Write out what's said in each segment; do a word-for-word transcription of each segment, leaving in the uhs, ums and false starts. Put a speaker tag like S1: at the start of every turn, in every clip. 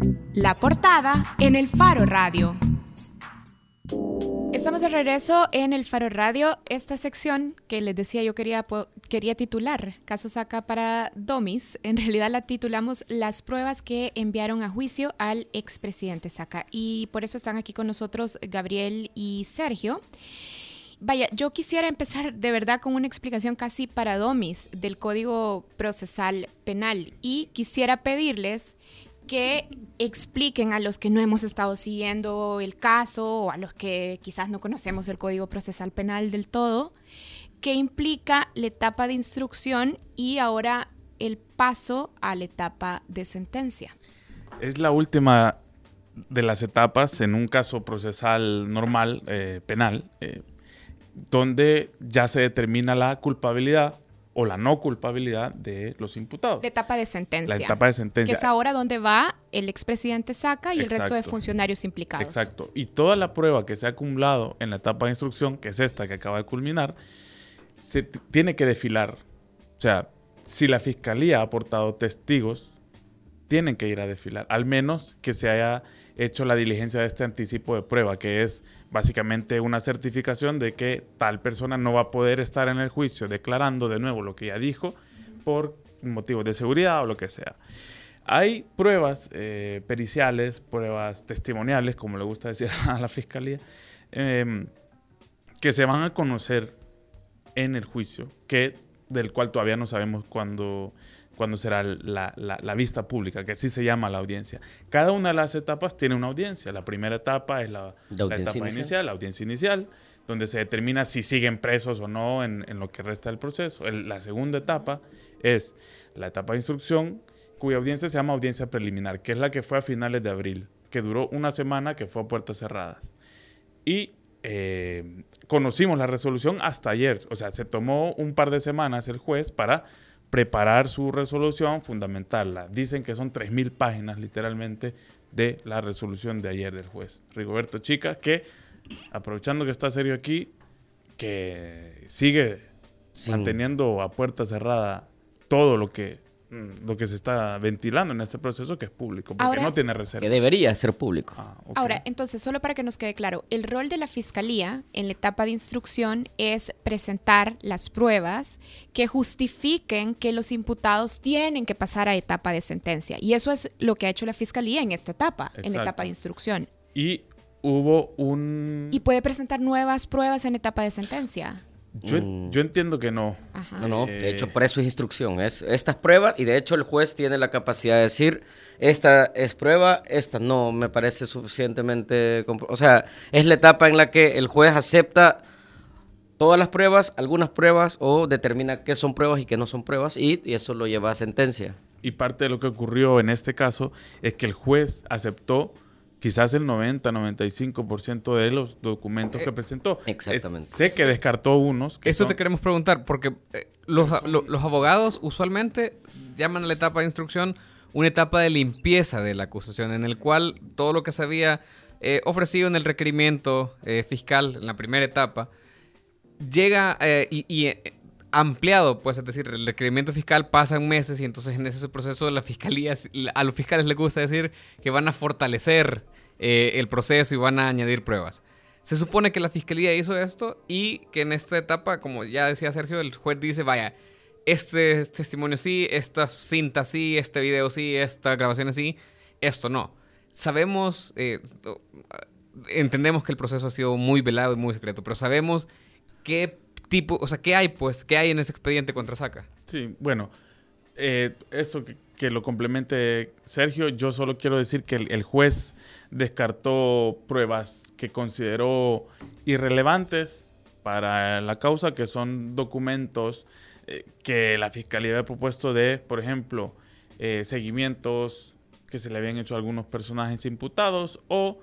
S1: La portada en el Faro Radio. Estamos de regreso en el Faro Radio. Esta sección que les decía yo quería, quería titular Caso Saca para Domis. En realidad la titulamos Las pruebas que enviaron a juicio al expresidente Saca. Y por eso están aquí con nosotros Gabriel y Sergio. Vaya, yo quisiera empezar de verdad con una explicación casi para Domis del Código Procesal Penal. Y quisiera pedirles que expliquen a los que no hemos estado siguiendo el caso o a los que quizás no conocemos el Código Procesal Penal del todo, qué implica la etapa de instrucción y ahora el paso a la etapa de sentencia.
S2: Es la última de las etapas en un caso procesal normal, eh, penal, eh, donde ya se determina la culpabilidad o la no culpabilidad de los imputados.
S1: La etapa de sentencia.
S2: La etapa de sentencia.
S1: Que es ahora donde va el expresidente Saca y
S2: Exacto.
S1: el resto de funcionarios implicados.
S2: Exacto. Y toda la prueba que se ha acumulado en la etapa de instrucción, que es esta que acaba de culminar, se t- tiene que desfilar. O sea, si la fiscalía ha aportado testigos, tienen que ir a desfilar. Al menos que se haya hecho la diligencia de este anticipo de prueba, que es básicamente una certificación de que tal persona no va a poder estar en el juicio declarando de nuevo lo que ya dijo por motivos de seguridad o lo que sea. Hay pruebas eh, periciales, pruebas testimoniales, como le gusta decir a la fiscalía, eh, que se van a conocer en el juicio, que, del cual todavía no sabemos cuándo... cuando será la, la, la vista pública, que así se llama la audiencia. Cada una de las etapas tiene una audiencia. La primera etapa es la, la, la etapa inicial. inicial, la audiencia inicial, donde se determina si siguen presos o no en, en lo que resta del proceso. El, la segunda etapa es la etapa de instrucción, cuya audiencia se llama audiencia preliminar, que es la que fue a finales de abril, que duró una semana, que fue a puertas cerradas. Y eh, conocimos la resolución hasta ayer. O sea, se tomó un par de semanas el juez para preparar su resolución, fundamentarla. Dicen que son tres mil páginas, literalmente, de la resolución de ayer del juez Rigoberto Chica, que, aprovechando que está Sergio aquí, que sigue sí. manteniendo a puerta cerrada todo lo que, lo que se está ventilando en este proceso, que es público, porque ahora, no tiene reserva.
S3: Que debería ser público.
S1: Ah, okay. Ahora, entonces, solo para que nos quede claro, el rol de la fiscalía en la etapa de instrucción es presentar las pruebas que justifiquen que los imputados tienen que pasar a etapa de sentencia. Y eso es lo que ha hecho la fiscalía en esta etapa, Exacto. en la etapa de instrucción.
S2: Y hubo un...
S1: ¿Y puede presentar nuevas pruebas en etapa de sentencia?
S2: Yo, yo entiendo que no.
S3: Ajá. No, no, de hecho por eso es instrucción, es estas pruebas y de hecho el juez tiene la capacidad de decir esta es prueba, esta no me parece suficientemente, o sea, es la etapa en la que el juez acepta todas las pruebas, algunas pruebas o determina qué son pruebas y qué no son pruebas y, y eso lo lleva a sentencia.
S2: Y parte de lo que ocurrió en este caso es que el juez aceptó quizás el noventa, noventa y cinco por ciento de los documentos que presentó.
S3: Exactamente.
S2: Es, sé que descartó unos. Que
S4: Eso
S2: son...
S4: te queremos preguntar, porque eh, los, lo, los abogados usualmente llaman a la etapa de instrucción una etapa de limpieza de la acusación, en el cual todo lo que se había eh, ofrecido en el requerimiento eh, fiscal en la primera etapa llega eh, y... y eh, ampliado, pues, es decir, el requerimiento fiscal pasan meses y entonces en ese proceso la fiscalía, a los fiscales les gusta decir que van a fortalecer eh, el proceso y van a añadir pruebas. Se supone que la fiscalía hizo esto y que en esta etapa, como ya decía Sergio, el juez dice, vaya, este testimonio sí, esta cinta sí, este video sí, esta grabación sí, esto no. Sabemos, eh, entendemos que el proceso ha sido muy velado y muy secreto, pero sabemos qué tipo, o sea, ¿qué hay, pues? ¿Qué hay en ese expediente contra Saca?
S2: Sí, bueno, eh, esto que, que lo complemente Sergio, yo solo quiero decir que el, el juez descartó pruebas que consideró irrelevantes para la causa, que son documentos eh, que la fiscalía había propuesto de, por ejemplo, eh, seguimientos que se le habían hecho a algunos personajes imputados o...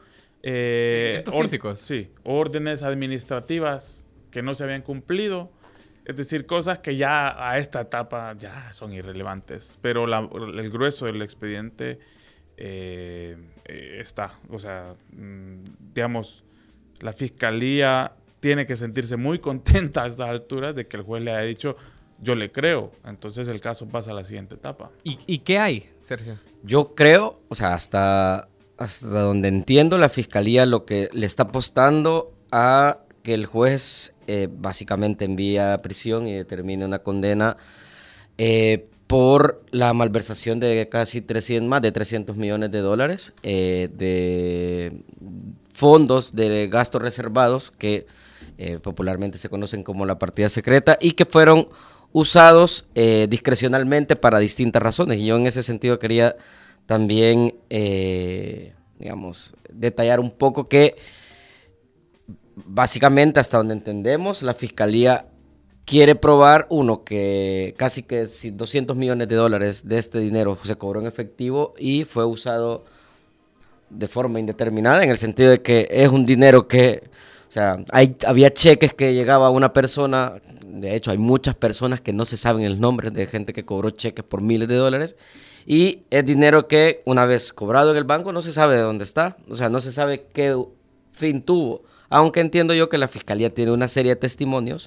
S4: Eh, ¿Seguimientos físicos?
S2: Sí, órdenes administrativas que no se habían cumplido, es decir, cosas que ya a esta etapa ya son irrelevantes, pero la, el grueso del expediente eh, eh, está, o sea, mmm, digamos, la fiscalía tiene que sentirse muy contenta a estas alturas de que el juez le haya dicho yo le creo. Entonces el caso pasa a la siguiente etapa.
S4: ¿Y, y qué hay, Sergio?
S3: Yo creo, o sea, hasta, hasta donde entiendo, la fiscalía lo que le está apostando a que el juez eh, básicamente envíe a prisión y determine una condena eh, por la malversación de casi trescientos, más de trescientos millones de dólares eh, de fondos de gastos reservados que eh, popularmente se conocen como la partida secreta y que fueron usados eh, discrecionalmente para distintas razones. Y yo en ese sentido quería también, eh, digamos, detallar un poco que básicamente, hasta donde entendemos, la fiscalía quiere probar, uno, que casi que doscientos millones de dólares de este dinero se cobró en efectivo y fue usado de forma indeterminada, en el sentido de que es un dinero que, o sea, hay, había cheques que llegaba a una persona, de hecho hay muchas personas que no se saben el nombre de gente que cobró cheques por miles de dólares, y es dinero que una vez cobrado en el banco no se sabe de dónde está, o sea, no se sabe qué fin tuvo. Aunque entiendo yo que la fiscalía tiene una serie de testimonios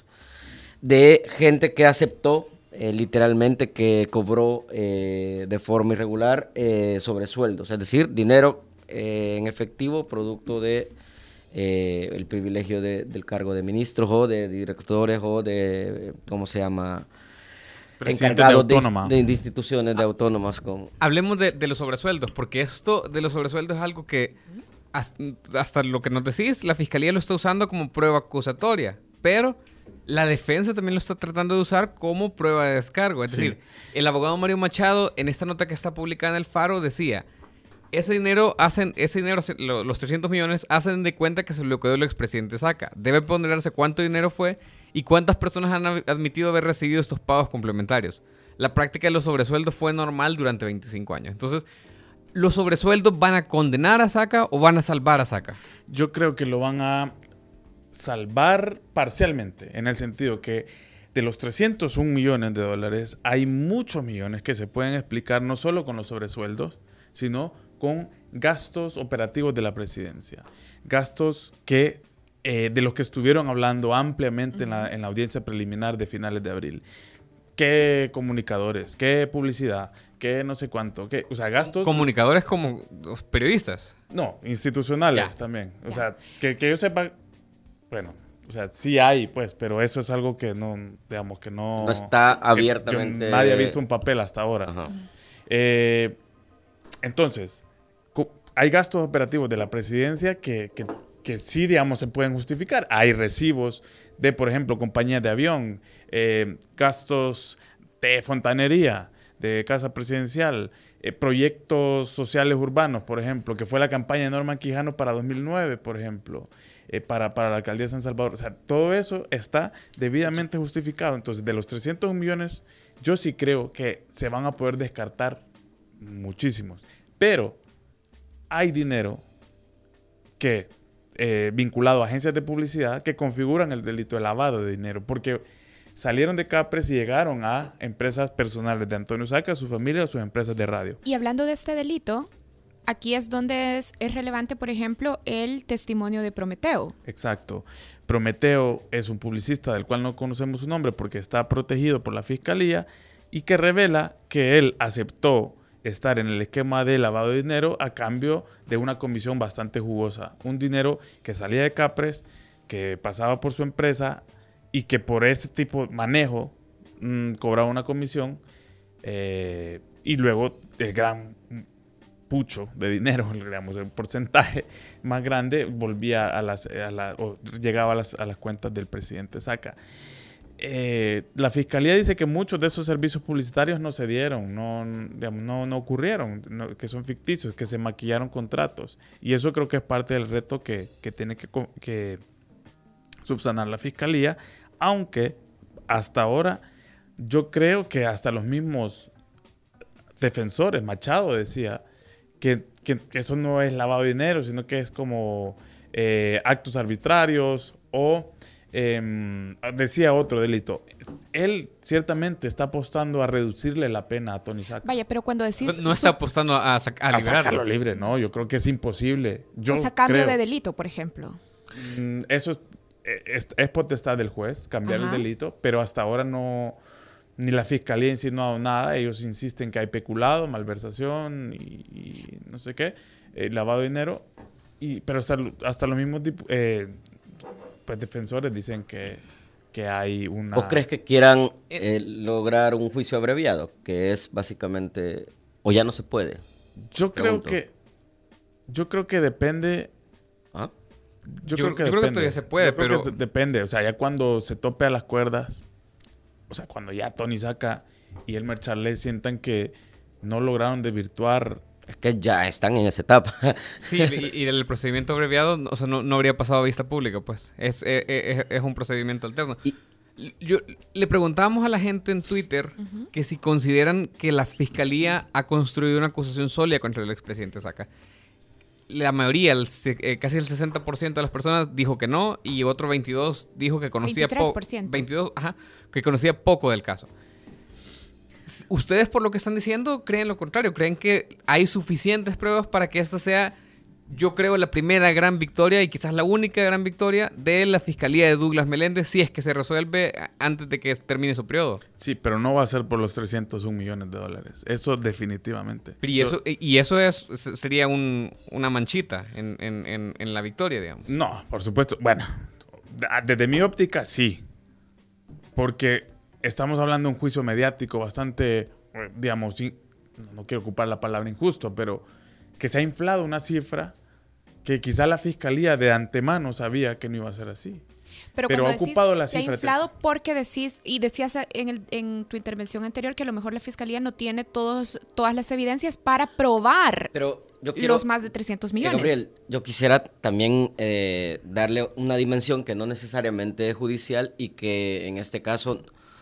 S3: de gente que aceptó eh, literalmente que cobró eh, de forma irregular eh, sobresueldos, es decir, dinero eh, en efectivo producto de eh, el privilegio de, del cargo de ministros o de directores o de, ¿cómo se llama?
S2: Presidente
S3: encargados
S2: de,
S3: de, de instituciones de autónomas. Como...
S4: Hablemos de, de los sobresueldos, porque esto de los sobresueldos es algo que hasta lo que nos decís, la fiscalía lo está usando como prueba acusatoria, pero la defensa también lo está tratando de usar como prueba de descargo. Es sí. decir, el abogado Mario Machado, en esta nota que está publicada en el Faro, decía, ese dinero, hacen, ese dinero, los trescientos millones, hacen de cuenta que se lo quedó el expresidente Saca. Debe ponderarse cuánto dinero fue y cuántas personas han admitido haber recibido estos pagos complementarios. La práctica de los sobresueldos fue normal durante veinticinco años. Entonces, ¿los sobresueldos van a condenar a Saca o van a salvar a Saca?
S2: Yo creo que lo van a salvar parcialmente, en el sentido que de los trescientos un millones de dólares, hay muchos millones que se pueden explicar no solo con los sobresueldos, sino con gastos operativos de la presidencia. Gastos que, eh, de los que estuvieron hablando ampliamente uh-huh. en, la, en la audiencia preliminar de finales de abril. ¿Qué comunicadores? ¿Qué publicidad? ¿Qué no sé cuánto? ¿Qué? O sea, gastos...
S4: ¿Comunicadores como los periodistas?
S2: No, institucionales ya. también. O ya. sea, que, que yo sepa... Bueno, o sea, sí hay, pues, pero eso es algo que no, digamos, que no...
S3: No está abiertamente...
S2: Yo, nadie ha visto un papel hasta ahora.
S3: Ajá.
S2: Eh, entonces, hay gastos operativos de la presidencia que, que, que sí, digamos, se pueden justificar. Hay recibos de, por ejemplo, compañías de avión, eh, gastos de fontanería, de casa presidencial, eh, proyectos sociales urbanos, por ejemplo, que fue la campaña de Norman Quijano para dos mil nueve, por ejemplo, eh, para, para la alcaldía de San Salvador. O sea, todo eso está debidamente justificado. Entonces, de los trescientos millones, yo sí creo que se van a poder descartar muchísimos. Pero hay dinero que, eh, vinculado a agencias de publicidad, que configuran el delito de lavado de dinero, porque salieron de Capres y llegaron a empresas personales de Antonio Saca, su familia o sus empresas de radio.
S1: Y hablando de este delito, aquí es donde es, es relevante, por ejemplo, el testimonio de Prometeo.
S2: Exacto. Prometeo es un publicista del cual no conocemos su nombre porque está protegido por la fiscalía y que revela que él aceptó estar en el esquema de lavado de dinero a cambio de una comisión bastante jugosa. Un dinero que salía de Capres, que pasaba por su empresa y que por ese tipo de manejo mmm, cobraba una comisión eh, y luego el gran pucho de dinero, digamos, el porcentaje más grande volvía a las, a la, o llegaba a las, a las cuentas del presidente Saca. Eh, la fiscalía dice que muchos de esos servicios publicitarios no se dieron, no, digamos, no, no ocurrieron, no, que son ficticios, que se maquillaron contratos. Y eso creo que es parte del reto que, que tiene que, que subsanar la fiscalía, aunque hasta ahora yo creo que hasta los mismos defensores, Machado decía que, que, que eso no es lavado de dinero, sino que es como eh, actos arbitrarios o... Eh, decía otro delito. Él ciertamente está apostando a reducirle la pena a Tony Saca.
S1: Vaya, pero cuando decís...
S4: No, no está apostando a, sac a,
S2: a sacarlo libre, no. Yo creo que es imposible. Yo
S1: o sea, cambio
S2: creo,
S1: de delito, por ejemplo.
S2: Eso es, es, es potestad del juez, cambiar Ajá. el delito, pero hasta ahora no, ni la fiscalía ha insinuado nada. Ellos insisten que hay peculado, malversación y, y no sé qué, eh, lavado de dinero. Y, pero hasta, hasta los mismos eh, pues, defensores dicen que, que hay una...
S3: ¿O crees que quieran eh, lograr un juicio abreviado? Que es básicamente... ¿O ya no se puede?
S2: Yo creo
S3: Pregunto.
S2: que... Yo creo que depende...
S3: ¿Ah?
S2: Yo,
S4: Yo-
S2: creo que
S4: yo creo que
S2: depende.
S4: todavía se puede,
S2: Yo creo
S4: pero-
S2: que es- depende. O sea, ya cuando se tope a las cuerdas, o sea, cuando ya Tony Saca y Elmer Charlet sientan que no lograron desvirtuar...
S3: Es que ya están en esa etapa.
S4: Sí, y, y el procedimiento abreviado, o sea, no, no habría pasado a vista pública, pues. Es, eh, eh, es, es un procedimiento alterno.
S3: Y-
S4: Yo, le preguntábamos a la gente en Twitter
S1: Ujú.
S4: que si consideran que la fiscalía ha construido una acusación sólida contra el expresidente Saca. La mayoría, el se- eh, casi el sesenta por ciento de las personas dijo que no, y otro veintidós dijo que conocía
S1: veintitrés
S4: poco.
S1: por ciento.
S4: veintidós, ajá, que conocía poco del caso. S- ¿Ustedes, por lo que están diciendo, creen lo contrario? ¿Creen que hay suficientes pruebas para que esta sea, yo creo, la primera gran victoria y quizás la única gran victoria de la fiscalía de Douglas Meléndez si es que se resuelve a- antes de que termine su periodo?
S2: Sí, pero no va a ser por los trescientos un millones de dólares. Eso definitivamente.
S4: Y
S2: Yo-
S4: eso, y eso es, se- sería un- una manchita en, en- en- en la victoria, digamos.
S2: No, por supuesto. Bueno, desde mi óptica, sí. Porque estamos hablando de un juicio mediático bastante, eh, digamos, in- no quiero ocupar la palabra injusto, pero que se ha inflado una cifra que quizá la fiscalía de antemano sabía que no iba a ser así.
S1: Pero,
S2: Pero
S1: cuando
S2: ha
S1: decís
S2: ocupado la
S1: se ha
S2: cifra de
S1: inflado porque decís, y decías en, el, en tu intervención anterior que a lo mejor la fiscalía no tiene todos, todas las evidencias para probar
S3: Pero yo quiero...
S1: los más de trescientos
S3: Eh,
S1: millones.
S3: Gabriel, yo quisiera también eh, darle una dimensión que no necesariamente es judicial y que en este caso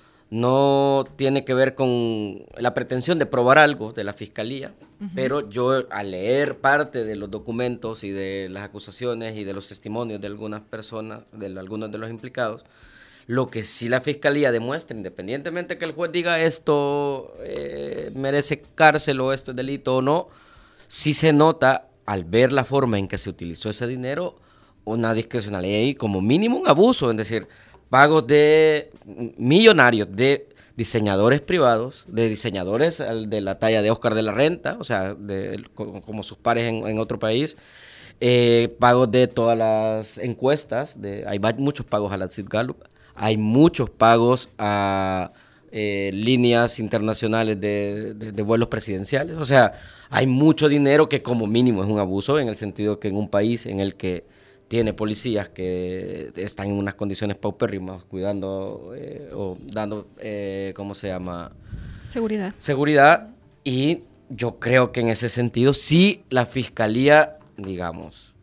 S3: no tiene que ver con la pretensión de probar algo de la fiscalía, pero yo al leer parte de los documentos y de las acusaciones y de los testimonios de algunas personas, de algunos de los implicados, lo que sí la fiscalía demuestra, independientemente que el juez diga esto eh, merece cárcel o esto es delito o no, sí se nota al ver la forma en que se utilizó ese dinero una discrecionalidad y como mínimo un abuso, es decir, pagos de millonarios de diseñadores privados, de diseñadores al- de la talla de Oscar de la Renta, o sea, de, como, como sus pares en, en otro país, eh, pagos de todas las encuestas, de, hay va- muchos pagos a la Sid Gallup, hay muchos pagos a eh, líneas internacionales de, de- de vuelos presidenciales, o sea, hay mucho dinero que como mínimo es un abuso en el sentido que en un país en el que tiene policías que están en unas condiciones paupérrimas cuidando eh, o dando, eh, ¿cómo se llama?
S1: Seguridad.
S3: Seguridad. Y yo creo que en ese sentido sí la fiscalía, digamos,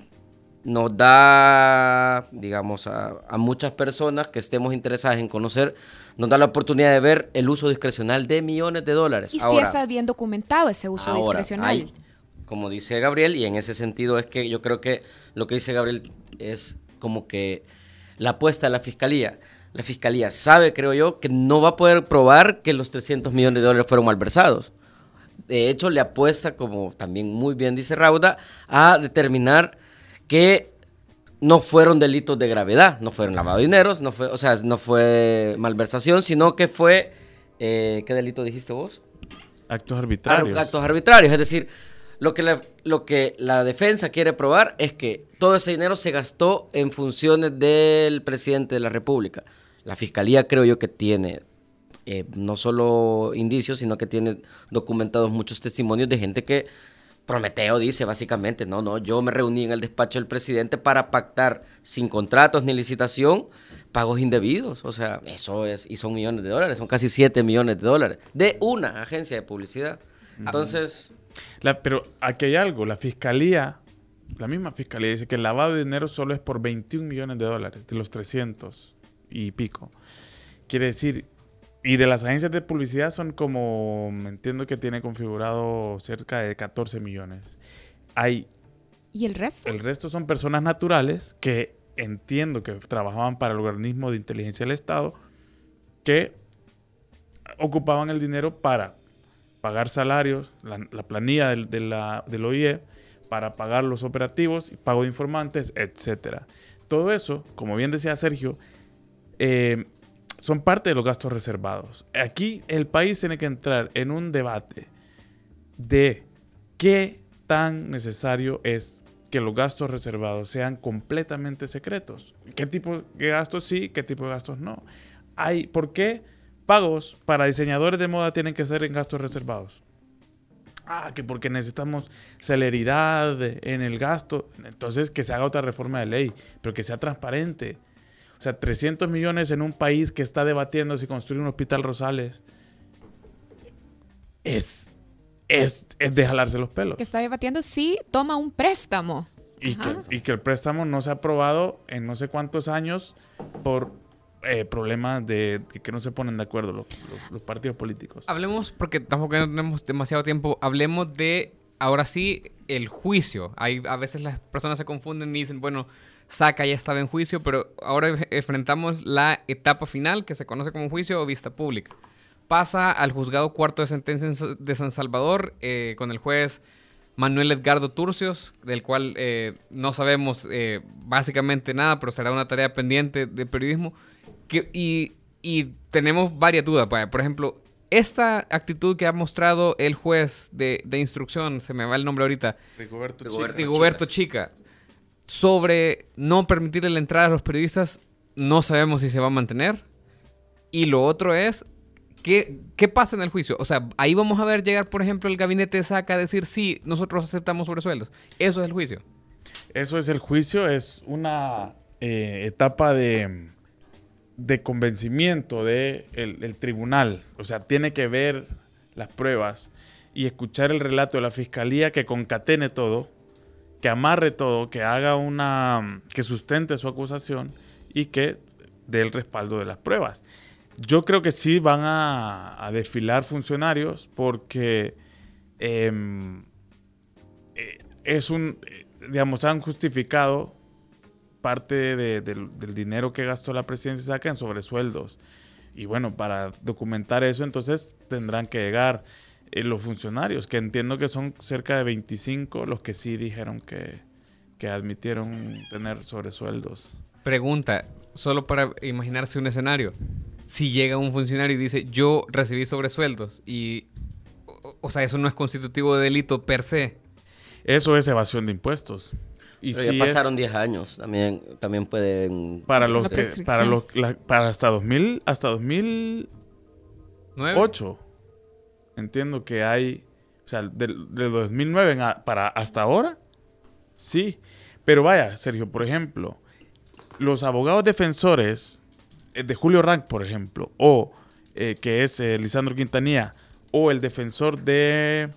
S3: nos da, digamos, a, a muchas personas que estemos interesadas en conocer, nos da la oportunidad de ver el uso discrecional de millones de dólares.
S1: Y si
S3: Ahora,
S1: está bien documentado ese uso
S3: Ahora,
S1: discrecional.
S3: hay, como dice Gabriel, y en ese sentido es que yo creo que lo que dice Gabriel es como que la apuesta de la fiscalía. La fiscalía sabe, creo yo, que no va a poder probar que los trescientos millones de dólares fueron malversados. De hecho, le apuesta, como también muy bien dice Rauda, a determinar que no fueron delitos de gravedad, no fueron lavado de dineros, no fue, o sea, no fue malversación, sino que fue, eh, ¿qué delito dijiste vos?
S2: Actos arbitrarios.
S3: Ar- Actos arbitrarios, es decir, lo que, la, lo que la defensa quiere probar es que todo ese dinero se gastó en funciones del presidente de la República. La fiscalía creo yo que tiene eh, no solo indicios, sino que tiene documentados muchos testimonios de gente que Prometeo dice básicamente, no, no, yo me reuní en el despacho del presidente para pactar sin contratos ni licitación pagos indebidos, o sea, eso es, y son millones de dólares, son casi siete millones de dólares de una agencia de publicidad. Entonces...
S2: La- pero aquí hay algo, la fiscalía, la misma fiscalía dice que el lavado de dinero solo es por veintiún millones de dólares, de los trescientos y pico. Quiere decir, y de las agencias de publicidad son como, entiendo que tiene configurado cerca de catorce millones. Hay,
S1: ¿Y el resto?
S2: el resto son personas naturales que entiendo que trabajaban para el organismo de inteligencia del Estado, que ocupaban el dinero para pagar salarios, la, la planilla del, de la, del O I E, para pagar los operativos, pago de informantes, etcétera. Todo eso, como bien decía Sergio, eh, son parte de los gastos reservados. Aquí el país tiene que entrar en un debate de qué tan necesario es que los gastos reservados sean completamente secretos. ¿Qué tipo de gastos sí, qué tipo de gastos no? Hay, ¿por qué pagos para diseñadores de moda tienen que ser en gastos reservados? Ah, que porque necesitamos celeridad en el gasto. Entonces que se haga otra reforma de ley, pero que sea transparente. O sea, trescientos millones en un país que está debatiendo si construir un hospital Rosales es, es, es de jalarse los pelos.
S1: Que está debatiendo si toma un préstamo.
S2: Y que, y que el préstamo no se ha aprobado en no sé cuántos años por eh, problemas de que, que no se ponen de acuerdo los, los, los partidos políticos.
S4: Hablemos, porque tampoco tenemos demasiado tiempo, hablemos de, ahora sí, el juicio. Hay, a veces las personas se confunden y dicen, bueno, Saca ya estaba en juicio, pero ahora enfrentamos la etapa final, que se conoce como juicio o vista pública. Pasa al juzgado cuarto de sentencia de San Salvador eh, con el juez Manuel Edgardo Turcios, del cual eh, no sabemos eh, básicamente nada, pero será una tarea pendiente de periodismo. Que, y, y tenemos varias dudas. Por ejemplo, esta actitud que ha mostrado el juez de, de instrucción, se me va el nombre ahorita,
S2: Rigoberto,
S4: Rigoberto, Chica, Rigoberto Chica, sobre no permitirle la entrada a los periodistas, no sabemos si se va a mantener. Y lo otro es, ¿qué, qué pasa en el juicio? O sea, ahí vamos a ver llegar, por ejemplo, el gabinete de Saca a decir, sí, nosotros aceptamos sobresueldos. Eso es el juicio.
S2: Eso es el juicio, es una eh, etapa de, de convencimiento del de el tribunal. O sea, tiene que ver las pruebas y escuchar el relato de la fiscalía que concatene todo, que amarre todo, que haga una, que sustente su acusación y que dé el respaldo de las pruebas. Yo creo que sí van a, a desfilar funcionarios porque eh, eh, es un, digamos, han justificado parte de, de, del dinero que gastó la presidencia Saca en sobresueldos. Y bueno, para documentar eso, entonces tendrán que llegar Eh, los funcionarios, que entiendo que son cerca de veinticinco los que sí dijeron que, que admitieron tener sobresueldos.
S4: Pregunta, solo para imaginarse un escenario. Si llega un funcionario y dice, yo recibí sobresueldos, y, o, o sea, eso no es constitutivo de delito per se.
S2: Eso es evasión de impuestos. Y
S3: Pero
S2: si
S3: ya pasaron
S2: es,
S3: diez años, también, también pueden...
S2: Para los que, para los, la, para hasta dos mil, hasta dos mil ocho. Entiendo que hay, o sea, del, del dos mil nueve a, para hasta ahora, sí. Pero vaya, Sergio, por ejemplo, los abogados defensores de Julio Rank, por ejemplo, o eh, que es eh, Lisandro Quintanilla, o el defensor de,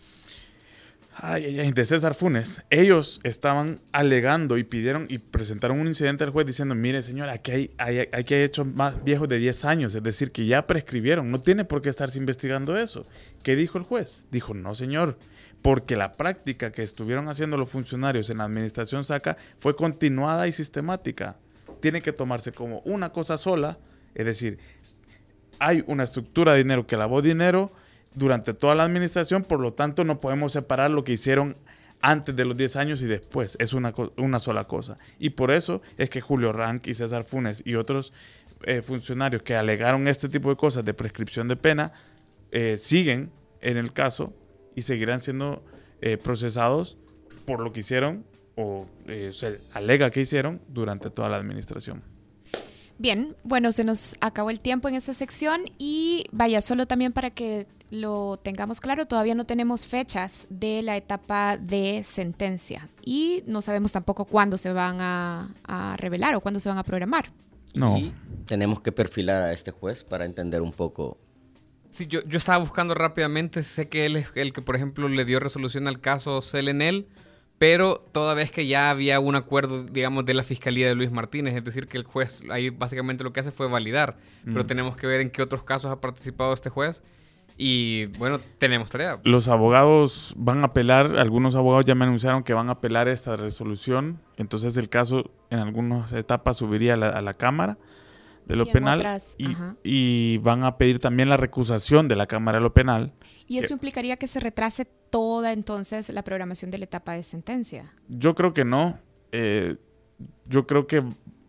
S2: ay, ay, de César Funes, ellos estaban alegando y pidieron y presentaron un incidente al juez diciendo, mire señor, aquí hay, hay, hay que hay hechos más viejos de diez años, es decir, que ya prescribieron, no tiene por qué estarse investigando eso. ¿Qué dijo el juez? Dijo, no señor, porque la práctica que estuvieron haciendo los funcionarios en la administración Saca fue continuada y sistemática. Tiene que tomarse como una cosa sola, es decir, hay una estructura de dinero que lavó dinero durante toda la administración, por lo tanto no podemos separar lo que hicieron antes de los diez años y después, es una, una sola cosa. Y por eso es que Julio Rank y César Funes y otros eh, funcionarios que alegaron este tipo de cosas de prescripción de pena eh, siguen en el caso y seguirán siendo eh, procesados por lo que hicieron o eh, se alega que hicieron durante toda la administración.
S1: Bien, bueno, se nos acabó el tiempo en esta sección y vaya, solo también para que lo tengamos claro, todavía no tenemos fechas de la etapa de sentencia y no sabemos tampoco cuándo se van a, a revelar o cuándo se van a programar.
S2: No.
S3: Y tenemos que perfilar a este juez para entender un poco.
S4: Sí, yo, yo estaba buscando rápidamente, sé que él es el que, por ejemplo, le dio resolución al caso Selenel, pero toda vez que ya había un acuerdo, digamos, de la Fiscalía de Luis Martínez, es decir, que el juez ahí básicamente lo que hace fue validar, mm. pero tenemos que ver en qué otros casos ha participado este juez y, bueno, tenemos tarea.
S2: Los abogados van a apelar, algunos abogados ya me anunciaron que van a apelar esta resolución, entonces el caso en algunas etapas subiría a la, a la Cámara de lo
S1: y
S2: penal
S1: otras,
S2: y, y van a pedir también la recusación de la Cámara de lo Penal.
S1: ¿Y eso implicaría que se retrase toda entonces la programación de la etapa de sentencia?
S2: Yo creo que no. Eh, yo creo que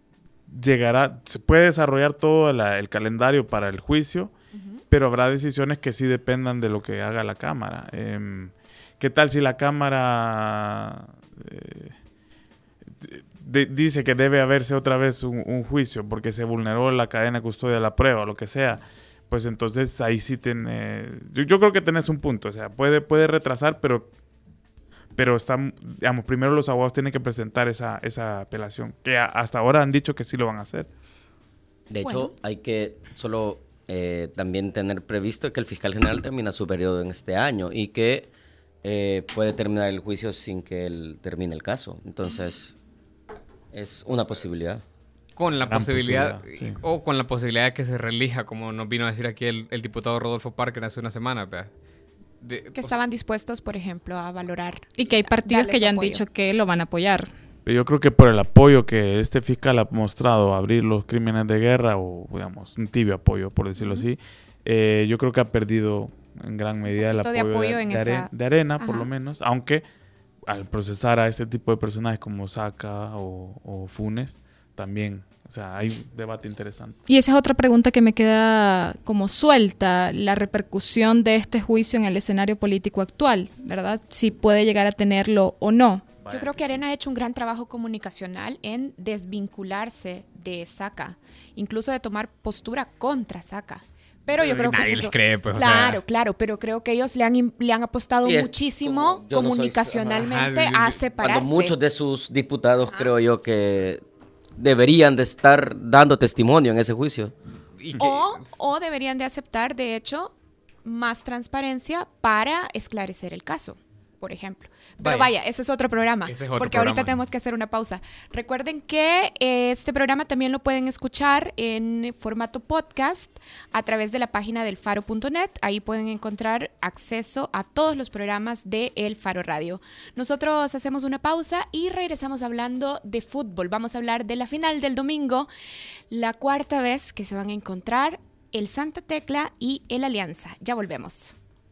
S2: llegará, se puede desarrollar todo la, el calendario para el juicio, uh-huh. pero habrá decisiones que sí dependan de lo que haga la Cámara. Eh, ¿Qué tal si la Cámara eh, de, dice que debe haberse otra vez un, un juicio porque se vulneró la cadena de custodia de la prueba o lo que sea? Pues entonces ahí sí tiene... Yo, yo creo que tenés un punto. O sea, puede, puede retrasar, pero... Pero están, digamos, primero los abogados tienen que presentar esa, esa apelación, que a, hasta ahora han dicho que sí lo van a hacer.
S3: De hecho,
S1: Bueno.
S3: hay que solo eh, también tener previsto que el fiscal general termina su periodo en este año y que eh, puede terminar el juicio sin que él termine el caso. Entonces, es una posibilidad.
S4: Con la
S2: Gran
S4: posibilidad,
S2: posibilidad, sí.
S4: o con la posibilidad de que se reelija, como nos vino a decir aquí el, el diputado Rodolfo Parker hace una semana, ¿verdad? De,
S1: Que estaban dispuestos, por ejemplo, a valorar.
S5: Y que hay partidos
S1: darle
S5: que
S1: su
S5: ya han
S1: apoyo.
S5: dicho que lo van a apoyar.
S2: Yo creo que por el apoyo que este fiscal ha mostrado a abrir los crímenes de guerra, o digamos, un tibio apoyo, por decirlo uh-huh. así, eh, yo creo que ha perdido en gran medida el apoyo
S1: de, apoyo
S2: de,
S1: en
S2: de,
S1: esa...
S2: are, de Arena,
S1: Ajá.
S2: por lo menos, aunque al procesar a este tipo de personajes como Saca o, o Funes, también... O sea, hay un debate interesante.
S5: Y esa es otra pregunta que me queda como suelta, la repercusión de este juicio en el escenario político actual, ¿verdad? Si puede llegar a tenerlo o no.
S1: Yo creo que Arena ha hecho un gran trabajo comunicacional en desvincularse de Saca, incluso de tomar postura contra Saca. Pero yo creo que
S4: nadie
S1: es
S4: les
S1: eso.
S4: cree, pues, o
S1: claro,
S4: sea...
S1: claro, pero creo que ellos le han, le han apostado
S3: Sí,
S1: muchísimo
S3: como yo no soy-
S1: comunicacionalmente
S4: ajá,
S1: a separarse.
S3: Cuando muchos de sus diputados,
S1: Ajá.
S3: creo yo, que deberían de estar dando testimonio en ese juicio.
S4: y que-
S1: O, o deberían de aceptar, de hecho, más transparencia para esclarecer el caso, por ejemplo. Pero
S4: Vaya.
S1: vaya, ese es otro programa,
S4: Ese es otro
S1: porque
S4: programa.
S1: ahorita tenemos que hacer una pausa. Recuerden que eh, este programa también lo pueden escuchar en formato podcast a través de la página del faro punto net. Ahí pueden encontrar acceso a todos los programas de El Faro Radio. Nosotros hacemos una pausa y regresamos hablando de fútbol. Vamos a hablar de la final del domingo, la cuarta vez que se van a encontrar el Santa Tecla y el Alianza. Ya volvemos.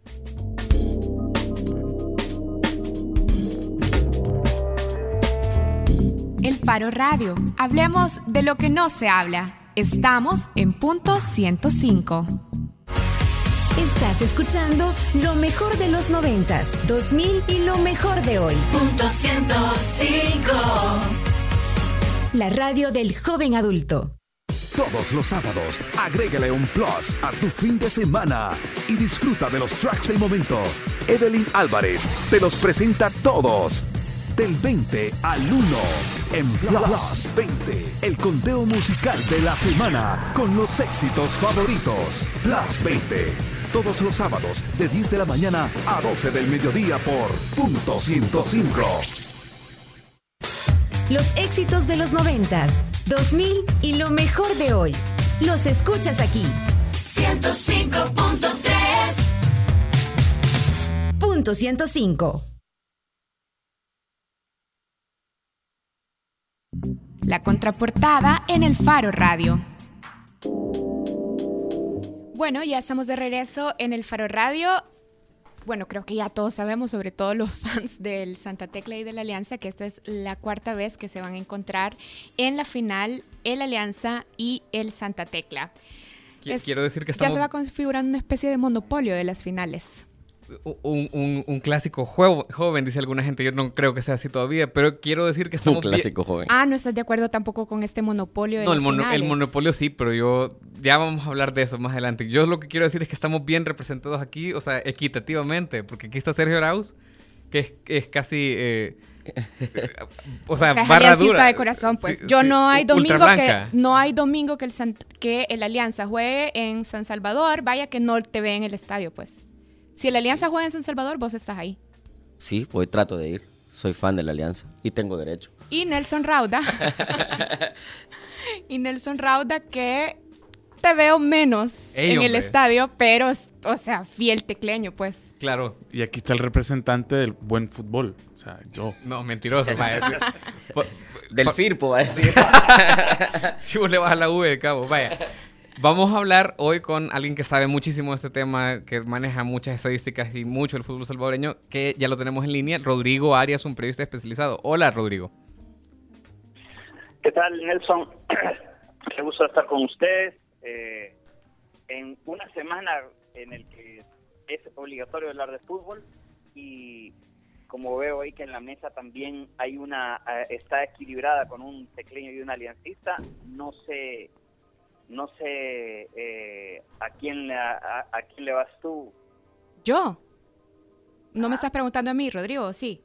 S1: El Faro Radio. Hablemos de lo que no se habla. Estamos en punto ciento cinco.
S6: Estás escuchando lo mejor de los noventas, dos mil y lo mejor de hoy.
S7: Punto ciento cinco.
S6: La radio del joven adulto.
S8: Todos los sábados, agrégale un plus a tu fin de semana y disfruta de los tracks del momento. Evelyn Álvarez te los presenta todos. Del veinte al uno en Plus veinte, el conteo musical de la semana con los éxitos favoritos. Plus veinte, todos los sábados de diez de la mañana a doce del mediodía por Punto ciento cinco.
S6: Los éxitos de los noventas, dos mil y lo mejor de hoy. Los escuchas aquí.
S7: ciento cinco punto tres.
S6: Punto ciento cinco.
S1: La contraportada en el Faro Radio. Bueno, ya estamos de regreso en el Faro Radio. Bueno, creo que ya todos sabemos, sobre todo los fans del Santa Tecla y de la Alianza, que esta es la cuarta vez que se van a encontrar en la final el Alianza y el Santa Tecla.
S4: Qui-
S1: Es-
S4: quiero decir que
S1: Ya
S4: estamos...
S1: se va configurando una especie de monopolio de las finales.
S4: Un, un, un clásico juego, joven, dice alguna gente. Yo no creo que sea así todavía, pero quiero decir que
S3: Un
S4: estamos bien-
S3: clásico joven.
S1: Ah, ¿no estás de acuerdo tampoco con este monopolio de
S4: No,
S1: las
S4: el, mono- el
S1: finales?
S4: monopolio sí, pero yo... Ya vamos a hablar de eso más adelante. Yo lo que quiero decir es que estamos bien representados aquí, o sea, equitativamente, porque aquí está Sergio Arauz, que es, es casi... eh, eh, o sea,
S1: O sea, es
S4: barra
S1: aliancista
S4: dura.
S1: de corazón, pues.
S4: Sí,
S1: Yo
S4: sí,
S1: no hay
S4: u-
S1: domingo
S4: ultra
S1: que
S4: blanca.
S1: no hay domingo que el San- que el Alianza juegue en San Salvador, vaya que no te ve en el estadio, pues. Si el Alianza juega en San Salvador, vos estás ahí.
S3: Sí, pues trato de ir. Soy fan de la Alianza y tengo derecho.
S1: Y Nelson Rauda. y Nelson Rauda que te veo menos
S4: Ey,
S1: en el
S4: hombre.
S1: estadio, pero, o sea, fiel tecleño, pues.
S4: Claro.
S2: Y aquí está el representante del buen fútbol. O sea, yo.
S4: No, mentiroso. vaya. Po-
S3: Del
S4: pa-
S3: Firpo, va a decir.
S4: Si vos le vas a la U de cabo, vaya. Vamos a hablar hoy con alguien que sabe muchísimo de este tema, que maneja muchas estadísticas y mucho el fútbol salvadoreño, que ya lo tenemos en línea. Rodrigo Arias, un periodista especializado. Hola, Rodrigo.
S9: ¿Qué tal, Nelson? Qué gusto estar con ustedes. Eh, en una semana en el que es obligatorio hablar de fútbol y como veo ahí que en la mesa también hay una eh, está equilibrada con un tecleño y un aliancista, no sé no sé eh, a quién le, a, a quién le vas tú.
S1: ¿Yo? ¿No
S9: ah.
S1: me estás preguntando a mí, Rodrigo? Sí.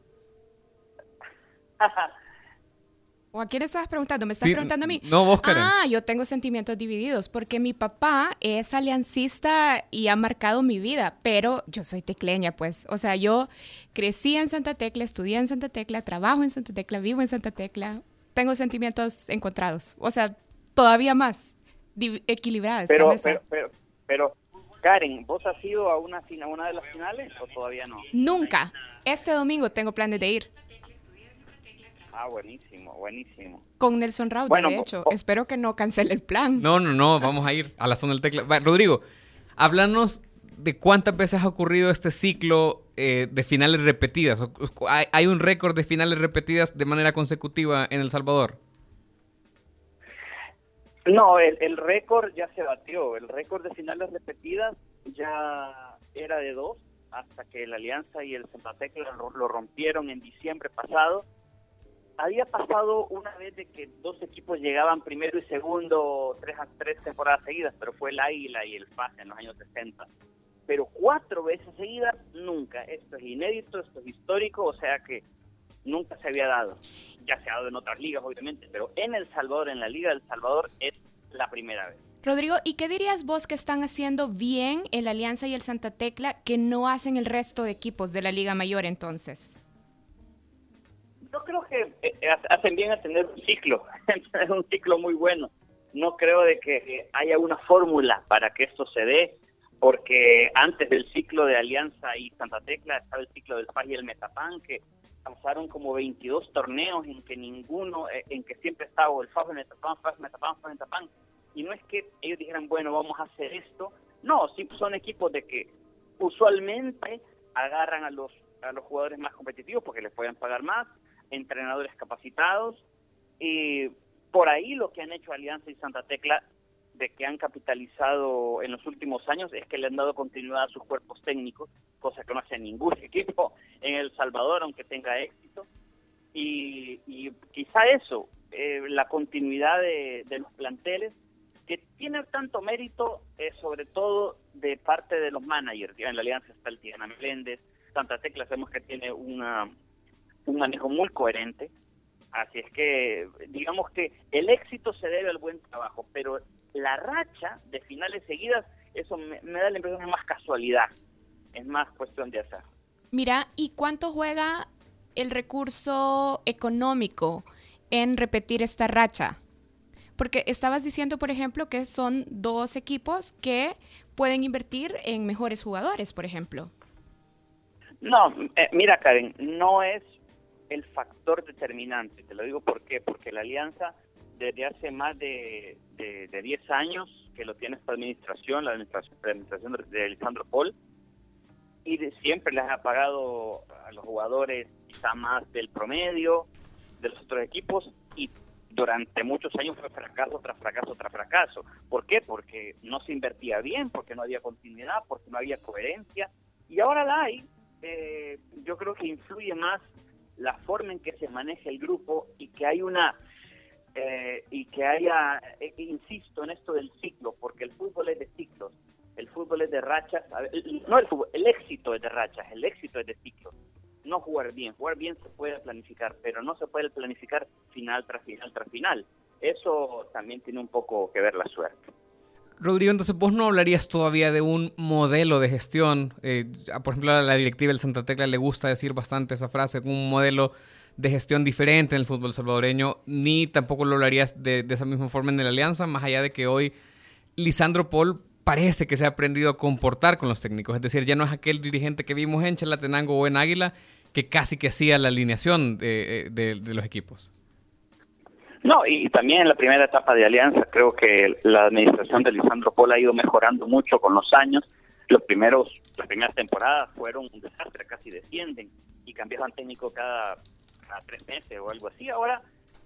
S1: ¿O a quién estabas preguntando? ¿Me estás
S4: Sí,
S1: preguntando a mí?
S4: no, vos, Karen.
S1: Ah, yo tengo sentimientos divididos porque mi papá es aliancista y ha marcado mi vida, pero yo soy tecleña, pues. O sea, yo crecí en Santa Tecla, estudié en Santa Tecla, trabajo en Santa Tecla, vivo en Santa Tecla. Tengo sentimientos encontrados. O sea, todavía más div- equilibrada esta
S9: Pero,
S1: mesa.
S9: pero, pero, pero, Karen, ¿vos has ido a una, a una de las finales o todavía no?
S1: Nunca. Este domingo tengo planes de ir.
S9: Ah, buenísimo, buenísimo.
S1: Con Nelson Rauda,
S9: Bueno,
S1: de
S9: po-
S1: hecho.
S9: po-
S1: Espero que no cancele el plan.
S4: No, no, no, vamos a ir a la zona del tecla. Va, Rodrigo, háblanos de cuántas veces ha ocurrido este ciclo eh, de finales repetidas. O- o- ¿Hay, hay un récord de finales repetidas de manera consecutiva en El Salvador?
S9: No, el, el récord ya se batió. El récord de finales repetidas ya era de dos, hasta que la Alianza y el Santa Tecla lo, lo rompieron en diciembre pasado. Había pasado una vez de que dos equipos llegaban primero y segundo tres a tres temporadas seguidas, pero fue el Águila y el F A S en los años sesenta. Pero cuatro veces seguidas, nunca. Esto es inédito, esto es histórico, o sea que nunca se había dado. Ya se ha dado en otras ligas, obviamente, pero en El Salvador, en la Liga del Salvador, es la primera vez.
S1: Rodrigo, ¿y qué dirías vos que están haciendo bien el Alianza y el Santa Tecla que no hacen el resto de equipos de la Liga Mayor entonces?
S9: Yo creo que eh, hacen bien a tener un ciclo, es un ciclo muy bueno. No creo de que haya una fórmula para que esto se dé, porque antes del ciclo de Alianza y Santa Tecla estaba el ciclo del F A S y el Metapan, que pasaron como veintidós torneos en que ninguno, eh, en que siempre estaba el F A S, el Metapan, F A S, Metapan, F A S, Metapan. Y no es que ellos dijeran, bueno, vamos a hacer esto. No, sí son equipos de que usualmente agarran a los a los jugadores más competitivos porque les pueden pagar más, entrenadores capacitados, y por ahí lo que han hecho Alianza y Santa Tecla, de que han capitalizado en los últimos años, es que le han dado continuidad a sus cuerpos técnicos, cosa que no hace ningún equipo en El Salvador, aunque tenga éxito, y, y quizá eso, eh, la continuidad de, de los planteles, que tiene tanto mérito, eh, sobre todo de parte de los managers. En la Alianza está el Tiana Meléndez, Santa Tecla sabemos que tiene una un manejo muy coherente, así es que digamos que el éxito se debe al buen trabajo, pero la racha de finales seguidas, eso me, me da la impresión que es más casualidad, es más cuestión de azar.
S1: Mira, ¿y cuánto juega el recurso económico en repetir esta racha? Porque estabas diciendo, por ejemplo, que son dos equipos que pueden invertir en mejores jugadores, por ejemplo.
S9: No, eh, mira, Karen, no es el factor determinante. Te lo digo por qué, porque la Alianza desde hace más de, de, de diez años que lo tiene esta administración, la administración, la administración de, de Lisandro Paul, y de, siempre les ha pagado a los jugadores quizá más del promedio de los otros equipos, y durante muchos años fue fracaso tras fracaso tras fracaso. ¿Por qué? Porque no se invertía bien, porque no había continuidad, porque no había coherencia, y ahora la hay. Eh, yo creo que influye más la forma en que se maneja el grupo y que hay una eh, y que haya, eh, insisto en esto del ciclo, porque el fútbol es de ciclos, el fútbol es de rachas, no el fútbol, el éxito es de rachas, el éxito es de ciclos. No jugar bien, jugar bien se puede planificar, pero no se puede planificar final tras final tras final. Eso también tiene un poco que ver la suerte.
S4: Rodrigo, entonces vos no hablarías todavía de un modelo de gestión. Eh, por ejemplo, a la directiva del Santa Tecla le gusta decir bastante esa frase, un modelo de gestión diferente en el fútbol salvadoreño, ni tampoco lo hablarías de, de esa misma forma en la Alianza, más allá de que hoy Lisandro Paul parece que se ha aprendido a comportar con los técnicos. Es decir, ya no es aquel dirigente que vimos en Chalatenango o en Águila que casi que hacía la alineación de, de, de los equipos.
S9: No, y también en la primera etapa de Alianza creo que la administración de Lisandro Paul ha ido mejorando mucho con los años. Los primeros, las primeras temporadas fueron un desastre, casi descienden y cambiaban técnico cada, cada tres meses o algo así. Ahora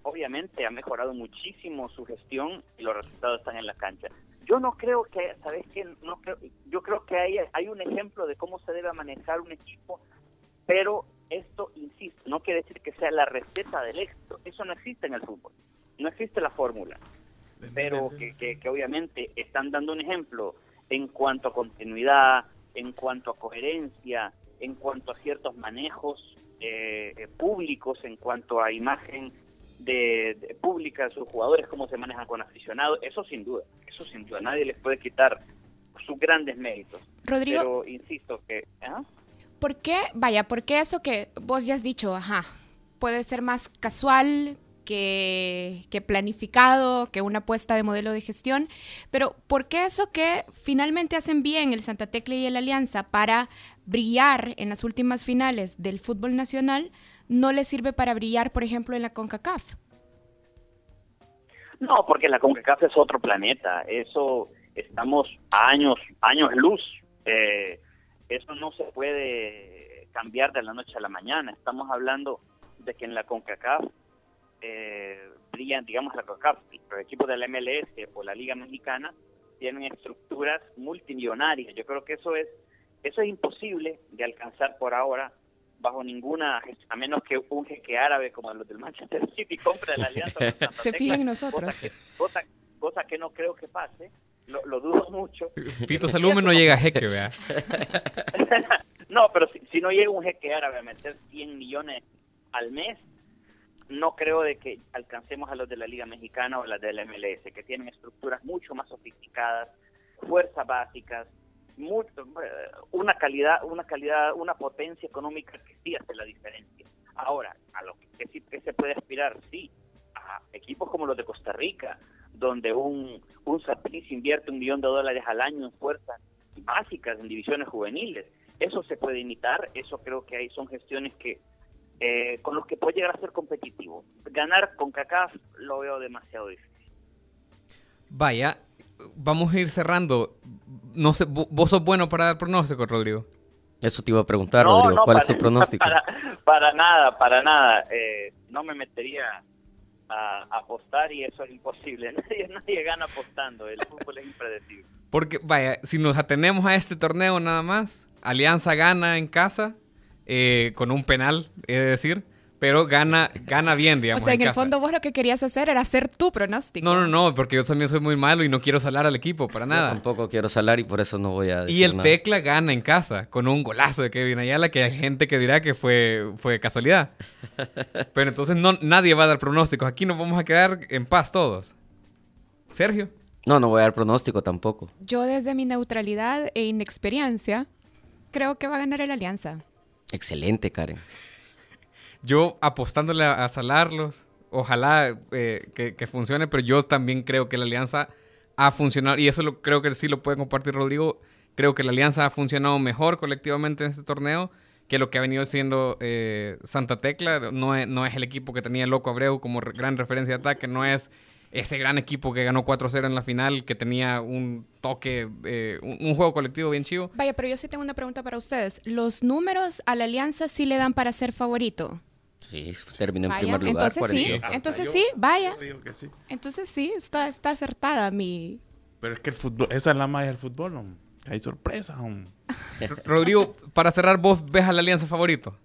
S9: obviamente ha mejorado muchísimo su gestión y los resultados están en la cancha. Yo no creo que, ¿sabes qué? No creo, yo creo que hay, hay un ejemplo de cómo se debe manejar un equipo, pero esto, insisto, no quiere decir que sea la receta del éxito. Eso no existe en el fútbol, no existe la fórmula, pero que, que, que obviamente están dando un ejemplo en cuanto a continuidad, en cuanto a coherencia, en cuanto a ciertos manejos eh, eh, públicos, en cuanto a imagen de, de pública de sus jugadores, cómo se manejan con aficionados, eso sin duda, eso sin duda, nadie les puede quitar sus grandes méritos.
S1: Rodrigo,
S9: pero insisto que... ¿eh?
S1: ¿Por qué, vaya, por qué eso que vos ya has dicho, ajá, puede ser más casual que, que planificado, que una apuesta de modelo de gestión, pero ¿por qué eso que finalmente hacen bien el Santa Tecla y el Alianza para brillar en las últimas finales del fútbol nacional no les sirve para brillar, por ejemplo, en la CONCACAF?
S9: No, porque la CONCACAF es otro planeta, eso estamos a años, años luz, eh, eso no se puede cambiar de la noche a la mañana. Estamos hablando de que en la CONCACAF eh, brillan, digamos, la CONCACAF, los equipos de la M L S o la Liga Mexicana tienen estructuras multimillonarias. Yo creo que eso es eso es imposible de alcanzar por ahora bajo ninguna, a menos que un jeque árabe como los del Manchester City compre la alianza con Santa
S1: Se
S9: Tecla,
S1: fijen en nosotros.
S9: Cosa que, cosa, cosa que no creo que pase. Lo, lo dudo mucho.
S4: Fito Salume no llega a jeque, vea.
S9: No, pero si, si no llega un jeque árabe a meter cien millones al mes, no creo de que alcancemos a los de la Liga Mexicana o las de la M L S, que tienen estructuras mucho más sofisticadas, fuerzas básicas, mucho, una calidad, una calidad, una potencia económica que sí hace la diferencia. Ahora, a lo que, que, que se puede aspirar, sí, a equipos como los de Costa Rica, donde un, un Saprissa invierte un millón de dólares al año en fuerzas básicas, en divisiones juveniles. Eso se puede imitar, eso creo que hay, son gestiones que eh, con los que puede llegar a ser competitivo. Ganar con CONCACAF lo veo demasiado difícil.
S4: Vaya, vamos a ir cerrando. No sé, vos sos bueno para dar pronóstico, Rodrigo.
S3: Eso te iba a preguntar,
S9: no,
S3: Rodrigo.
S9: No,
S3: ¿Cuál
S9: para,
S3: es tu pronóstico?
S9: Para, para nada, para nada. Eh, no me metería a, a apostar y eso es imposible. Nadie, nadie gana apostando. El fútbol es impredecible.
S4: Porque, vaya, si nos atenemos a este torneo nada más, Alianza gana en casa eh, con un penal, es decir, pero gana gana bien, digamos.
S1: O sea, en,
S4: en
S1: el
S4: casa.
S1: fondo vos lo que querías hacer era hacer tu pronóstico.
S4: No, no, no, porque yo también soy muy malo y no quiero salar al equipo, para nada.
S3: Yo tampoco quiero salar y por eso no voy a decir
S4: Y el
S3: nada.
S4: Tecla gana en casa con un golazo de Kevin Ayala, que hay gente que dirá que fue, fue casualidad. Pero entonces no, nadie va a dar pronósticos. Aquí nos vamos a quedar en paz todos. Sergio.
S3: No, no voy a dar pronóstico tampoco.
S1: Yo desde mi neutralidad e inexperiencia creo que va a ganar el Alianza.
S3: Excelente, Karen.
S4: Yo apostándole a, a salarlos, ojalá eh, que, que funcione, pero yo también creo que la Alianza ha funcionado, y eso lo, creo que sí lo puede compartir Rodrigo, creo que la Alianza ha funcionado mejor colectivamente en este torneo que lo que ha venido siendo eh, Santa Tecla. No es, no es el equipo que tenía Loco Abreu como re- gran referencia de ataque, no es ese gran equipo que ganó cuatro cero en la final, que tenía un toque, eh, un, un juego colectivo bien chivo.
S1: Vaya, pero yo sí tengo una pregunta para ustedes. ¿Los números a la Alianza sí le dan para ser favorito?
S3: Sí, terminó en
S1: Vaya,
S3: primer lugar.
S1: entonces sí,
S3: cuarenta.
S1: entonces
S2: yo-
S1: sí, vaya.
S2: yo digo que sí.
S1: Entonces sí, está, está acertada mi...
S2: Pero es que el fútbol, esa es la magia del fútbol, hombre. Hay sorpresas, hombre.
S4: R- Rodrigo, para cerrar, ¿vos ves a la Alianza favorito?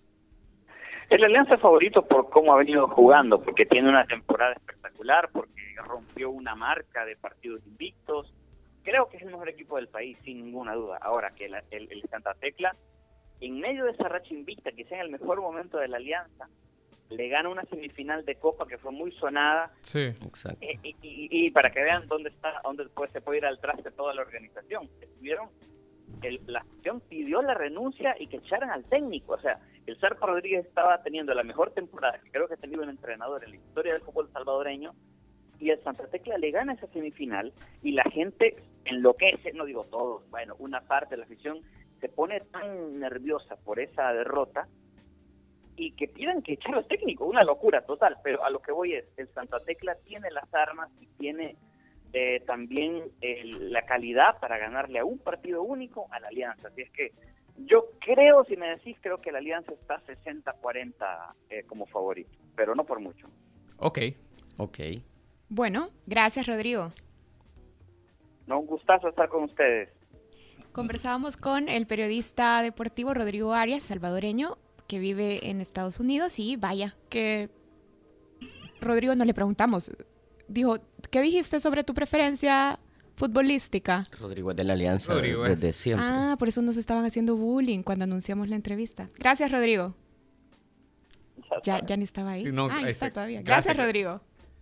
S9: El Alianza favorito por cómo ha venido jugando, porque tiene una temporada espectacular, porque rompió una marca de partidos invictos. Creo que es el mejor equipo del país, sin ninguna duda. Ahora que el, el, el Santa Tecla, en medio de esa racha invicta, quizá en el mejor momento de la Alianza, le gana una semifinal de Copa que fue muy sonada.
S4: Sí.
S3: Exacto.
S9: Y, y, y- y para que vean dónde está, dónde pues, se puede ir al traste toda la organización. Estuvieron, el, la acción pidió la renuncia y que echaran al técnico. O sea, el Zarco Rodríguez estaba teniendo la mejor temporada que creo que ha tenido un entrenador en la historia del fútbol salvadoreño, y el Santa Tecla le gana esa semifinal y la gente enloquece, no digo todos, bueno, una parte de la afición se pone tan nerviosa por esa derrota y que pidan que echar al técnico, una locura total. Pero a lo que voy es, el Santa Tecla tiene las armas y tiene eh, también el, la calidad para ganarle a un partido único a la Alianza. Así es que yo creo, si me decís, creo que la Alianza está sesenta cuarenta eh, como favorito, pero no por mucho.
S4: Ok.
S3: Ok.
S1: Bueno, gracias, Rodrigo.
S9: No, un gustazo estar con ustedes.
S1: Conversábamos con el periodista deportivo Rodrigo Arias, salvadoreño, que vive en Estados Unidos, y vaya, que Rodrigo no le preguntamos. Dijo, ¿qué dijiste sobre tu preferencia futbolística?
S3: Rodrigo es de la Alianza
S4: Rodrigo
S3: desde
S4: es.
S3: siempre.
S1: Ah, por eso nos estaban haciendo bullying cuando anunciamos la entrevista. Gracias, Rodrigo. Ya, ya ni estaba ahí.
S4: Sí, no,
S1: ah, ahí
S4: ahí
S1: está
S4: está.
S1: todavía.
S4: Gracias.
S1: Gracias, Rodrigo.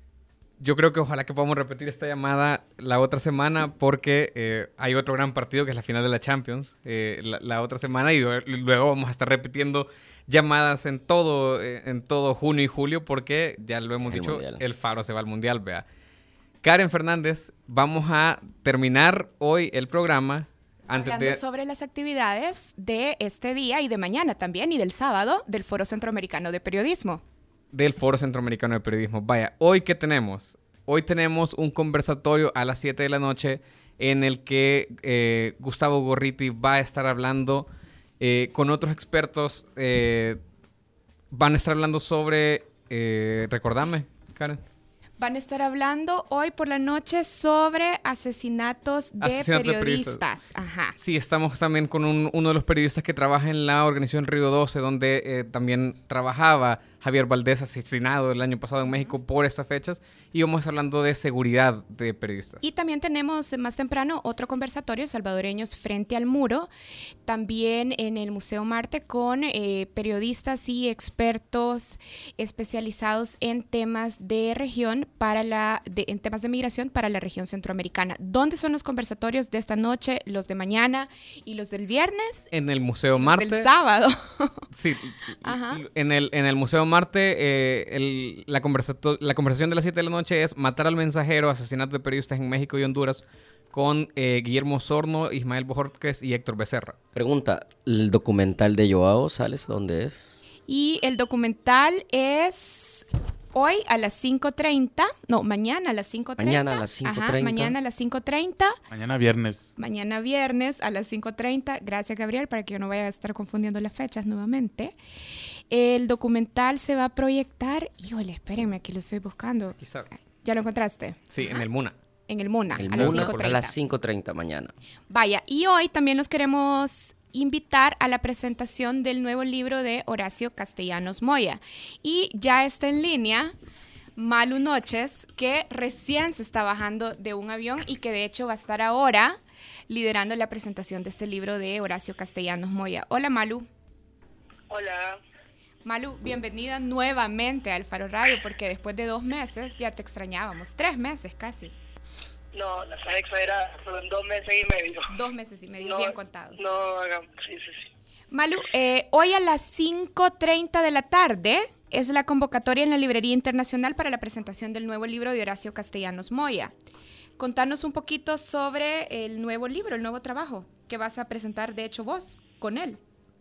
S4: Yo creo que ojalá que podamos repetir esta llamada la otra semana porque eh, hay otro gran partido que es la final de la Champions eh, la, la otra semana y luego vamos a estar repitiendo llamadas en todo eh, en todo junio y julio porque ya lo hemos
S3: El
S4: dicho,
S3: mundial.
S4: el Faro se va al Mundial, vea. Karen Fernández, vamos a terminar hoy el programa antes
S1: Hablando
S4: de...
S1: sobre las actividades de este día y de mañana también y del sábado del Foro Centroamericano de Periodismo.
S4: del Foro Centroamericano de Periodismo. Vaya, ¿hoy qué tenemos? Hoy tenemos un conversatorio a las siete de la noche en el que eh, Gustavo Gorriti va a estar hablando eh, con otros expertos. Eh, van a estar hablando sobre... Eh, recordame, Karen.
S1: Van a estar hablando hoy por la noche sobre asesinatos de
S4: Asesinatos de
S1: periodistas.
S4: periodistas.
S1: Ajá.
S4: Sí, estamos también con un- uno de los periodistas que trabaja en la organización Río doce, donde eh, también trabajaba Javier Valdés, asesinado el año pasado en México por estas fechas. Y vamos a estar hablando de seguridad de periodistas.
S1: Y también tenemos más temprano otro conversatorio, Salvadoreños frente al muro, también en el Museo Marte con eh, periodistas y expertos especializados en temas de región para la de, en temas de migración para la región centroamericana. ¿Dónde son los conversatorios de esta noche, los de mañana y los del viernes?
S4: En el Museo Marte.
S1: Del sábado.
S4: Sí,
S1: Ajá.
S4: en el, en el Museo Marte, eh, el- la, conversato- la conversación de las siete de la noche es Matar al mensajero, asesinato de periodistas en México y Honduras, con eh, Guillermo Sorno, Ismael Bojorquez y Héctor Becerra.
S3: Pregunta, ¿el documental de Joao Sales dónde es?
S1: Y el documental es hoy a las cinco treinta, no, mañana a las cinco treinta.
S3: Mañana a las cinco
S1: Ajá,
S3: treinta.
S1: mañana a las cinco treinta.
S2: Mañana viernes.
S1: Mañana viernes a las cinco treinta. Gracias, Gabriel, para que yo no vaya a estar confundiendo las fechas nuevamente. El documental se va a proyectar. Híjole, espérenme, aquí lo estoy buscando.
S4: Quizá.
S1: ¿Ya lo encontraste?
S4: Sí,
S1: Ajá.
S4: en el Muna.
S1: En el Muna,
S3: El
S1: a las
S3: Muna,
S1: cinco
S3: a
S1: treinta.
S3: las cinco treinta mañana.
S1: Vaya, y hoy también los queremos invitar a la presentación del nuevo libro de Horacio Castellanos Moya. Y ya está en línea Malu Noches, que recién se está bajando de un avión y que de hecho va a estar ahora liderando la presentación de este libro de Horacio Castellanos Moya. Hola, Malu.
S10: Hola.
S1: Malu, bienvenida nuevamente al Faro Radio, porque después de dos meses ya te extrañábamos. Tres meses casi.
S10: No, no seas exagerada, fueron dos meses y medio.
S1: Dos meses y medio,
S10: No,
S1: bien contados.
S10: No, hagamos, sí, sí, sí.
S1: Malu, eh, hoy a las cinco treinta de la tarde es la convocatoria en la Librería Internacional para la presentación del nuevo libro de Horacio Castellanos Moya. Contanos un poquito sobre el nuevo libro, el nuevo trabajo que vas a presentar, de hecho, vos, con él.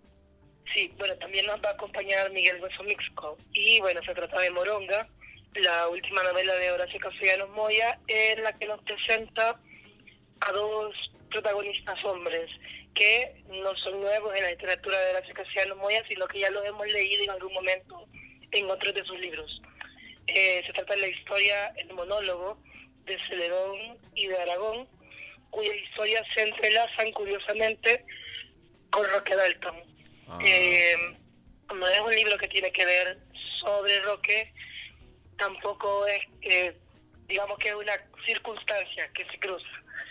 S10: Sí, bueno, también nos va a acompañar Miguel Hueso Mixco. Y bueno, se trata de Moronga, la última novela de Horacio Castellanos Moya, en la que nos presenta a dos protagonistas hombres que no son nuevos en la literatura de Horacio Castellanos Moya, sino que ya los hemos leído en algún momento en otros de sus libros. Eh, se trata de la historia, el monólogo de Celedón y de Aragón, cuyas historias se entrelazan curiosamente con Roque Dalton.
S3: Ah.
S10: Eh, no es un libro que tiene que ver sobre Roque, tampoco es, eh, digamos que es una circunstancia que se cruza.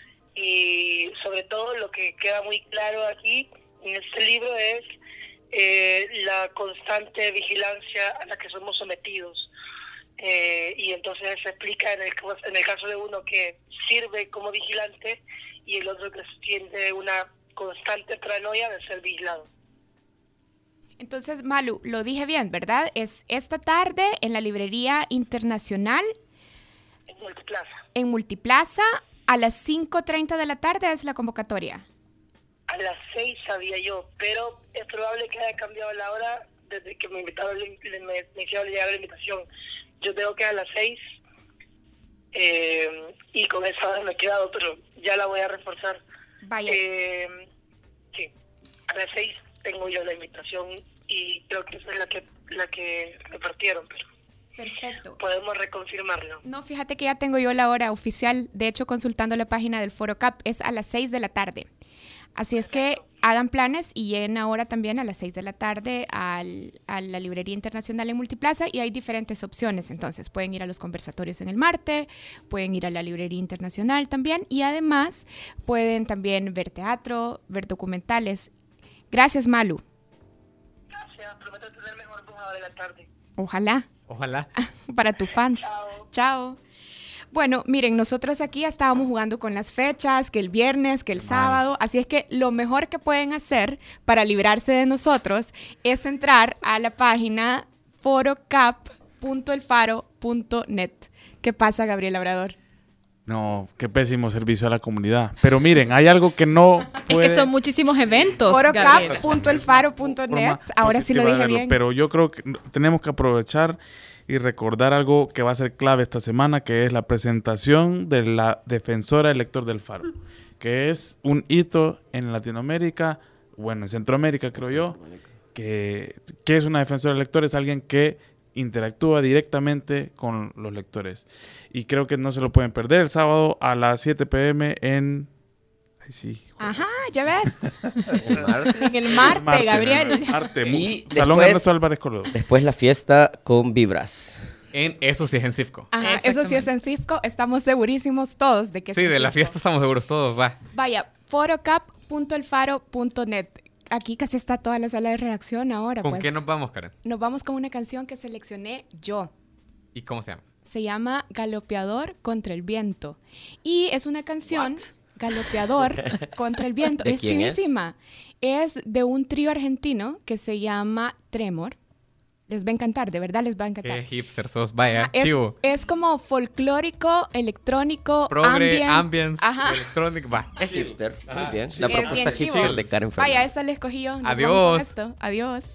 S10: Y sobre todo lo que queda muy claro aquí en este libro es eh, la constante vigilancia a la que somos sometidos. Eh, y entonces se explica en el, en el caso de uno que sirve como vigilante y el otro que tiene una constante paranoia de ser vigilado.
S1: Entonces, Malu, lo dije bien, ¿verdad? Es esta tarde en la Librería Internacional
S10: En Multiplaza.
S1: en Multiplaza. A las cinco treinta de la tarde es la convocatoria.
S10: A las seis sabía yo, pero es probable que haya cambiado la hora desde que me invitaron, me, me, me hicieron llegar la invitación. Yo tengo que ir a las seis eh, y con esa hora me he quedado, pero ya la voy a reforzar.
S1: Vaya.
S10: Eh, sí, a las seis tengo yo la invitación y creo que esa es la que la que me partieron. Pero
S1: Perfecto.
S10: podemos reconfirmarlo.
S1: No, fíjate que ya tengo yo la hora oficial. De hecho, consultando la página del Foro C A P, es a las seis de la tarde. Así es que hagan planes y lleguen ahora también a las seis de la tarde al, a la Librería Internacional en Multiplaza y hay diferentes opciones. Entonces pueden ir a los conversatorios en el Marte, pueden ir a la Librería Internacional también y además pueden también ver teatro, ver documentales. Gracias, Malu.
S10: Gracias, prometo tener mejor voz ahora de la tarde.
S1: Ojalá.
S4: Ojalá.
S1: Para tus fans.
S10: Chao.
S1: Chao. Bueno, miren, nosotros aquí ya estábamos jugando con las fechas, que el viernes, que el sábado, así es que lo mejor que pueden hacer para librarse de nosotros es entrar a la página foro cap punto el faro punto net. ¿Qué pasa, Gabriel Labrador?
S2: No, qué pésimo servicio a la comunidad. Pero miren, hay algo que no puede...
S5: Es que son muchísimos eventos,
S1: foro
S5: Gabriel.
S1: cap punto el faro punto net. Ahora sí lo dije bien.
S2: Pero yo creo que tenemos que aprovechar y recordar algo que va a ser clave esta semana, que es la presentación de la defensora elector del Faro, que es un hito en Latinoamérica, bueno, en Centroamérica creo yo, que, que es una defensora elector, es alguien que interactúa directamente con los lectores. Y creo que no se lo pueden perder el sábado a las siete pm en... Ay, sí.
S1: Ajá, ya ves.
S3: El Marte.
S1: En el Marte,
S2: Marte,
S1: Gabriel.
S2: en el Marte,
S3: Y
S2: Salón
S3: después-
S2: Ernesto Álvarez Córdoba.
S3: Después la fiesta con Vibras.
S4: En eso sí es en Cifco.
S1: Ajá, eso sí es en Cifco. Estamos segurísimos todos de que
S4: Sí,
S1: es en
S4: de la
S1: Cifco.
S4: fiesta estamos seguros todos, va.
S1: Vaya, foro cap punto el faro punto net. Aquí casi está toda la sala de redacción ahora.
S4: ¿Con
S1: pues.
S4: qué nos vamos, Karen?
S1: Nos vamos con una canción que seleccioné yo.
S4: ¿Y cómo se llama?
S1: Se llama Galopeador contra el viento. Y es una canción, Galopeador contra el viento.
S3: ¿De
S1: Es
S3: quién es?
S1: chivísima. Es de un trío argentino que se llama Tremor. Les va a encantar, de verdad les va a encantar.
S4: Qué hipster sos, vaya,
S1: Es,
S4: chivo.
S1: es como folclórico, electrónico,
S4: Progre,
S1: ambient.
S4: ambience,
S1: Ajá.
S4: electronic, va.
S3: Es hipster. Muy bien.
S1: Es
S3: La
S1: bien
S3: propuesta
S1: chivo.
S3: hipster de Karen Fernández.
S1: Vaya, esa la escogí yo. Nos
S4: Adiós.
S1: vamos con esto. Adiós.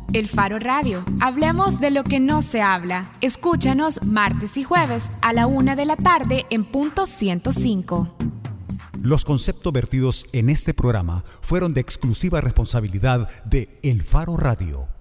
S1: El Faro Radio. Hablemos de lo que no se habla. Escúchanos martes y jueves a la una de la tarde en punto ciento cinco.
S11: Los conceptos vertidos en este programa fueron de exclusiva responsabilidad de El Faro Radio.